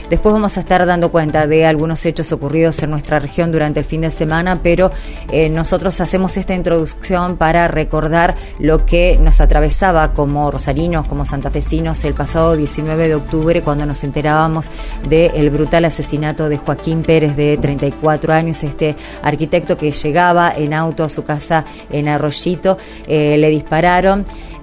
Después vamos a estar dando cuenta de algunos hechos ocurridos en nuestra región durante el fin de semana, pero nosotros hacemos esta introducción para recordar lo que nos atravesaba como rosarinos, como santafesinos, el pasado 19 de octubre, cuando nos enterábamos del brutal asesinato de Joaquín Pérez, de 34 años, este arquitecto que llegaba en auto a su casa en Arroyito. Le dispararon,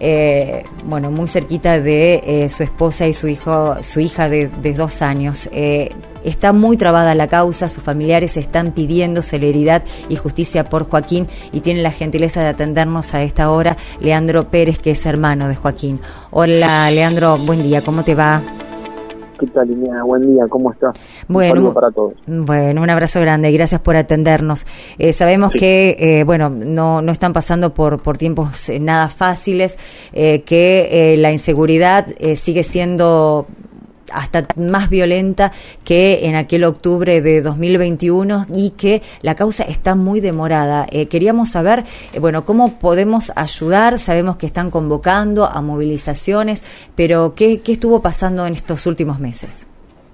muy cerquita de su esposa y su hija de 2 años. Está muy trabada la causa, sus familiares están pidiendo celeridad y justicia por Joaquín, y tienen la gentileza de atendernos a esta hora Leandro Pérez, que es hermano de Joaquín. Hola, Leandro, buen día, ¿cómo te va? ¿Qué tal, Liliana? Buen día, ¿cómo estás? Bueno, un saludo para todos. Bueno, un abrazo grande, gracias por atendernos. Sabemos que, no están pasando por tiempos nada fáciles, que la inseguridad sigue siendo hasta más violenta que en aquel octubre de 2021 y que la causa está muy demorada. Queríamos saber, cómo podemos ayudar. Sabemos que están convocando a movilizaciones, pero ¿qué estuvo pasando en estos últimos meses?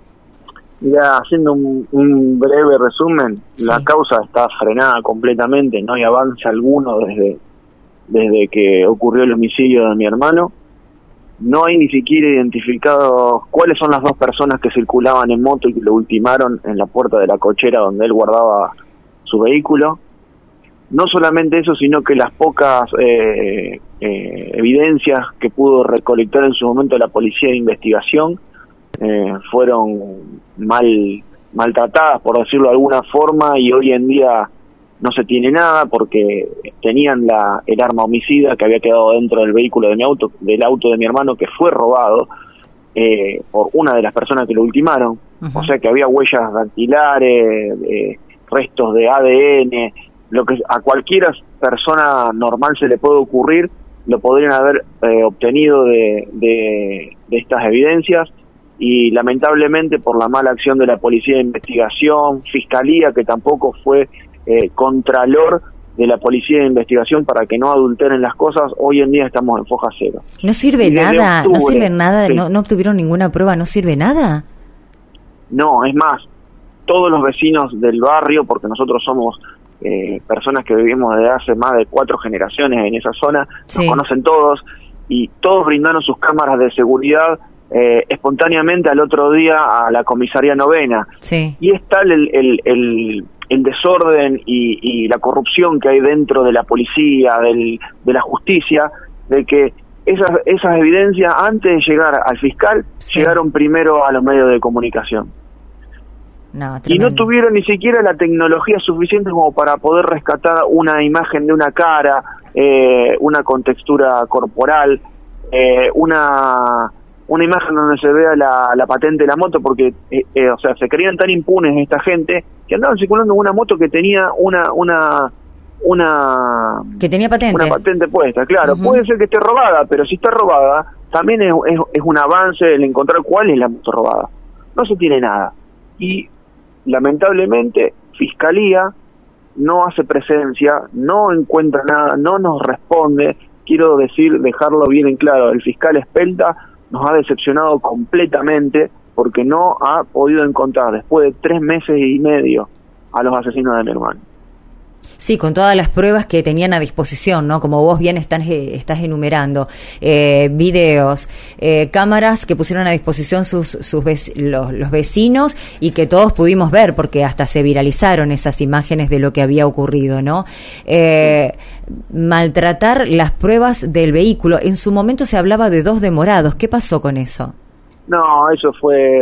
Ya, haciendo un breve resumen, sí. La causa está frenada completamente, no hay avance alguno desde que ocurrió el homicidio de mi hermano. No hay ni siquiera identificado cuáles son las 2 personas que circulaban en moto y que lo ultimaron en la puerta de la cochera donde él guardaba su vehículo. No solamente eso, sino que las pocas evidencias que pudo recolectar en su momento la policía de investigación fueron maltratadas, por decirlo de alguna forma, y hoy en día no se tiene nada porque tenían el arma homicida que había quedado dentro del vehículo del auto de mi hermano, que fue robado por una de las personas que lo ultimaron. Uh-huh. O sea que había huellas dactilares, restos de ADN, lo que a cualquier persona normal se le puede ocurrir, lo podrían haber obtenido de estas evidencias. Y lamentablemente, por la mala acción de la policía de investigación, fiscalía, que tampoco fue contralor de la policía de investigación para que no adulteren las cosas, hoy en día estamos en foja cero. ¿No sirve nada? Octubre, ¿No sirve nada? Sí. ¿No obtuvieron ninguna prueba? ¿No sirve nada? No, es más, todos los vecinos del barrio, porque nosotros somos personas que vivimos desde hace más de 4 generaciones en esa zona, sí. Nos conocen todos, y todos brindaron sus cámaras de seguridad espontáneamente al otro día a la comisaría novena. Sí. Y es tal el desorden y la corrupción que hay dentro de la policía, de la justicia, de que esas evidencias, antes de llegar al fiscal, sí. Llegaron primero a los medios de comunicación. Y no tuvieron ni siquiera la tecnología suficiente como para poder rescatar una imagen de una cara, una contextura corporal, una imagen donde se vea la patente de la moto, porque se creían tan impunes esta gente que andaban circulando con una moto que tenía que tenía patente. Una patente puesta, claro. Uh-huh. Puede ser que esté robada, pero si está robada, también es un avance el encontrar cuál es la moto robada. No se tiene nada. Y lamentablemente, Fiscalía no hace presencia, no encuentra nada, no nos responde. Quiero dejarlo bien en claro, el fiscal Espelta nos ha decepcionado completamente porque no ha podido encontrar, después de 3 meses y medio, a los asesinos de mi hermano. Sí, con todas las pruebas que tenían a disposición, ¿no? Como vos bien estás enumerando, videos, cámaras que pusieron a disposición los vecinos y que todos pudimos ver, porque hasta se viralizaron esas imágenes de lo que había ocurrido, ¿no? Maltratar las pruebas del vehículo. En su momento se hablaba de 2 demorados. ¿Qué pasó con eso? No, eso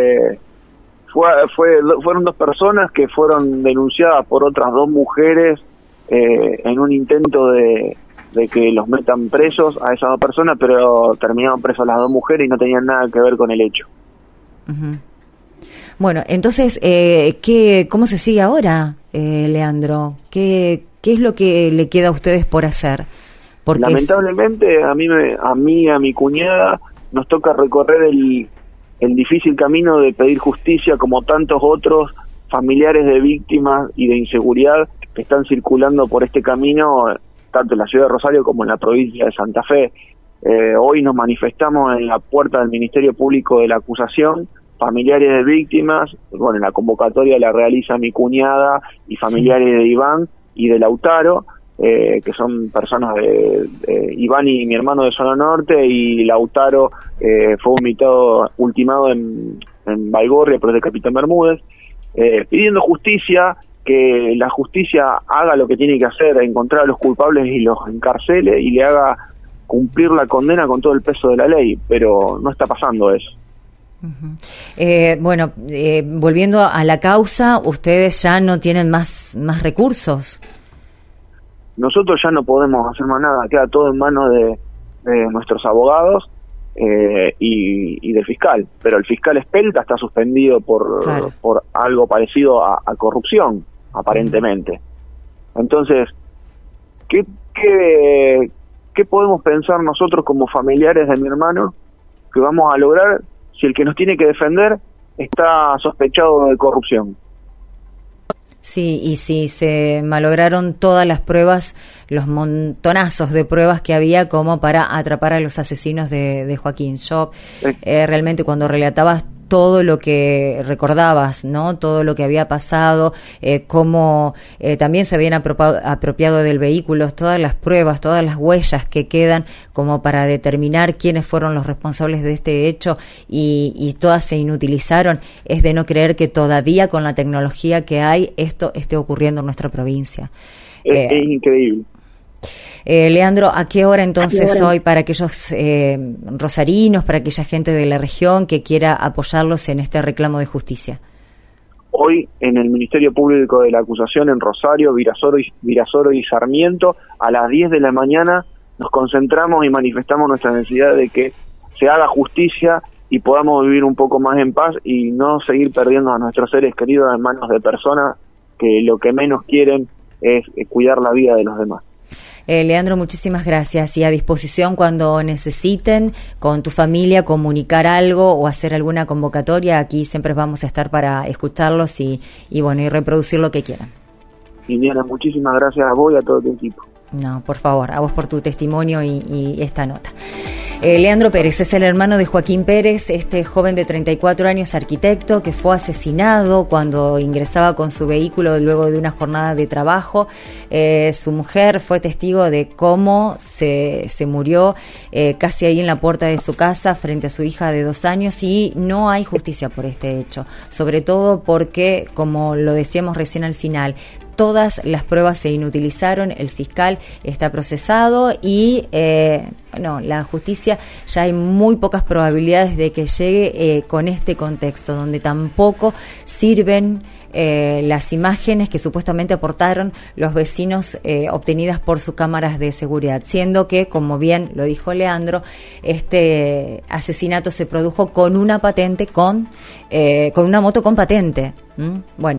fueron 2 personas que fueron denunciadas por otras 2 mujeres en un intento de que los metan presos a esas 2 personas, pero terminaron presos las 2 mujeres y no tenían nada que ver con el hecho. Uh-huh. Bueno, entonces, ¿cómo se sigue ahora, Leandro? ¿Qué es lo que le queda a ustedes por hacer? Porque lamentablemente a mí y a mi cuñada nos toca recorrer el difícil camino de pedir justicia, como tantos otros familiares de víctimas y de inseguridad que están circulando por este camino, tanto en la ciudad de Rosario como en la provincia de Santa Fe. Hoy nos manifestamos en la puerta del Ministerio Público de la acusación familiares de víctimas, bueno, la convocatoria la realiza mi cuñada y familiares de Iván y de Lautaro, que son personas de Iván y mi hermano de Zona Norte, y Lautaro fue ultimado en Baigorria, pero es de Capitán Bermúdez, pidiendo justicia, que la justicia haga lo que tiene que hacer, encontrar a los culpables y los encarcele y le haga cumplir la condena con todo el peso de la ley, pero no está pasando eso. Bueno, volviendo a la causa, ustedes ya no tienen más recursos. Nosotros ya no podemos hacer más nada, queda todo en manos de nuestros abogados y del fiscal, pero el fiscal Espelta está suspendido por algo parecido a corrupción, aparentemente. Entonces, ¿qué podemos pensar nosotros como familiares de mi hermano que vamos a lograr si el que nos tiene que defender está sospechado de corrupción? Sí, y si se malograron todas las pruebas, los montonazos de pruebas que había como para atrapar a los asesinos de Joaquín. Yo realmente cuando relatabas todo lo que recordabas, ¿no? Todo lo que había pasado, cómo también se habían apropiado del vehículo, todas las pruebas, todas las huellas que quedan como para determinar quiénes fueron los responsables de este hecho y todas se inutilizaron, es de no creer que todavía con la tecnología que hay esto esté ocurriendo en nuestra provincia. Es increíble. Leandro, ¿a qué hora entonces hoy para aquellos rosarinos, para aquella gente de la región que quiera apoyarlos en este reclamo de justicia? Hoy en el Ministerio Público de la Acusación en Rosario, Virasoro y Sarmiento, a las 10 de la mañana nos concentramos y manifestamos nuestra necesidad de que se haga justicia y podamos vivir un poco más en paz y no seguir perdiendo a nuestros seres queridos en manos de personas que lo que menos quieren es cuidar la vida de los demás. Leandro, muchísimas gracias y a disposición cuando necesiten con tu familia comunicar algo o hacer alguna convocatoria, aquí siempre vamos a estar para escucharlos y bueno, y reproducir lo que quieran. Liliana, muchísimas gracias a vos y a todo tu equipo. No, por favor, a vos por tu testimonio y esta nota. Leandro Pérez es el hermano de Joaquín Pérez, este joven de 34 años, arquitecto, que fue asesinado cuando ingresaba con su vehículo luego de una jornada de trabajo. Su mujer fue testigo de cómo se murió casi ahí en la puerta de su casa frente a su hija de 2 años y no hay justicia por este hecho, sobre todo porque, como lo decíamos recién al final, todas las pruebas se inutilizaron, el fiscal está procesado y la justicia ya hay muy pocas probabilidades de que llegue con este contexto, donde tampoco sirven las imágenes que supuestamente aportaron los vecinos obtenidas por sus cámaras de seguridad, siendo que, como bien lo dijo Leandro, este asesinato se produjo con una patente, con una moto con patente. Bueno.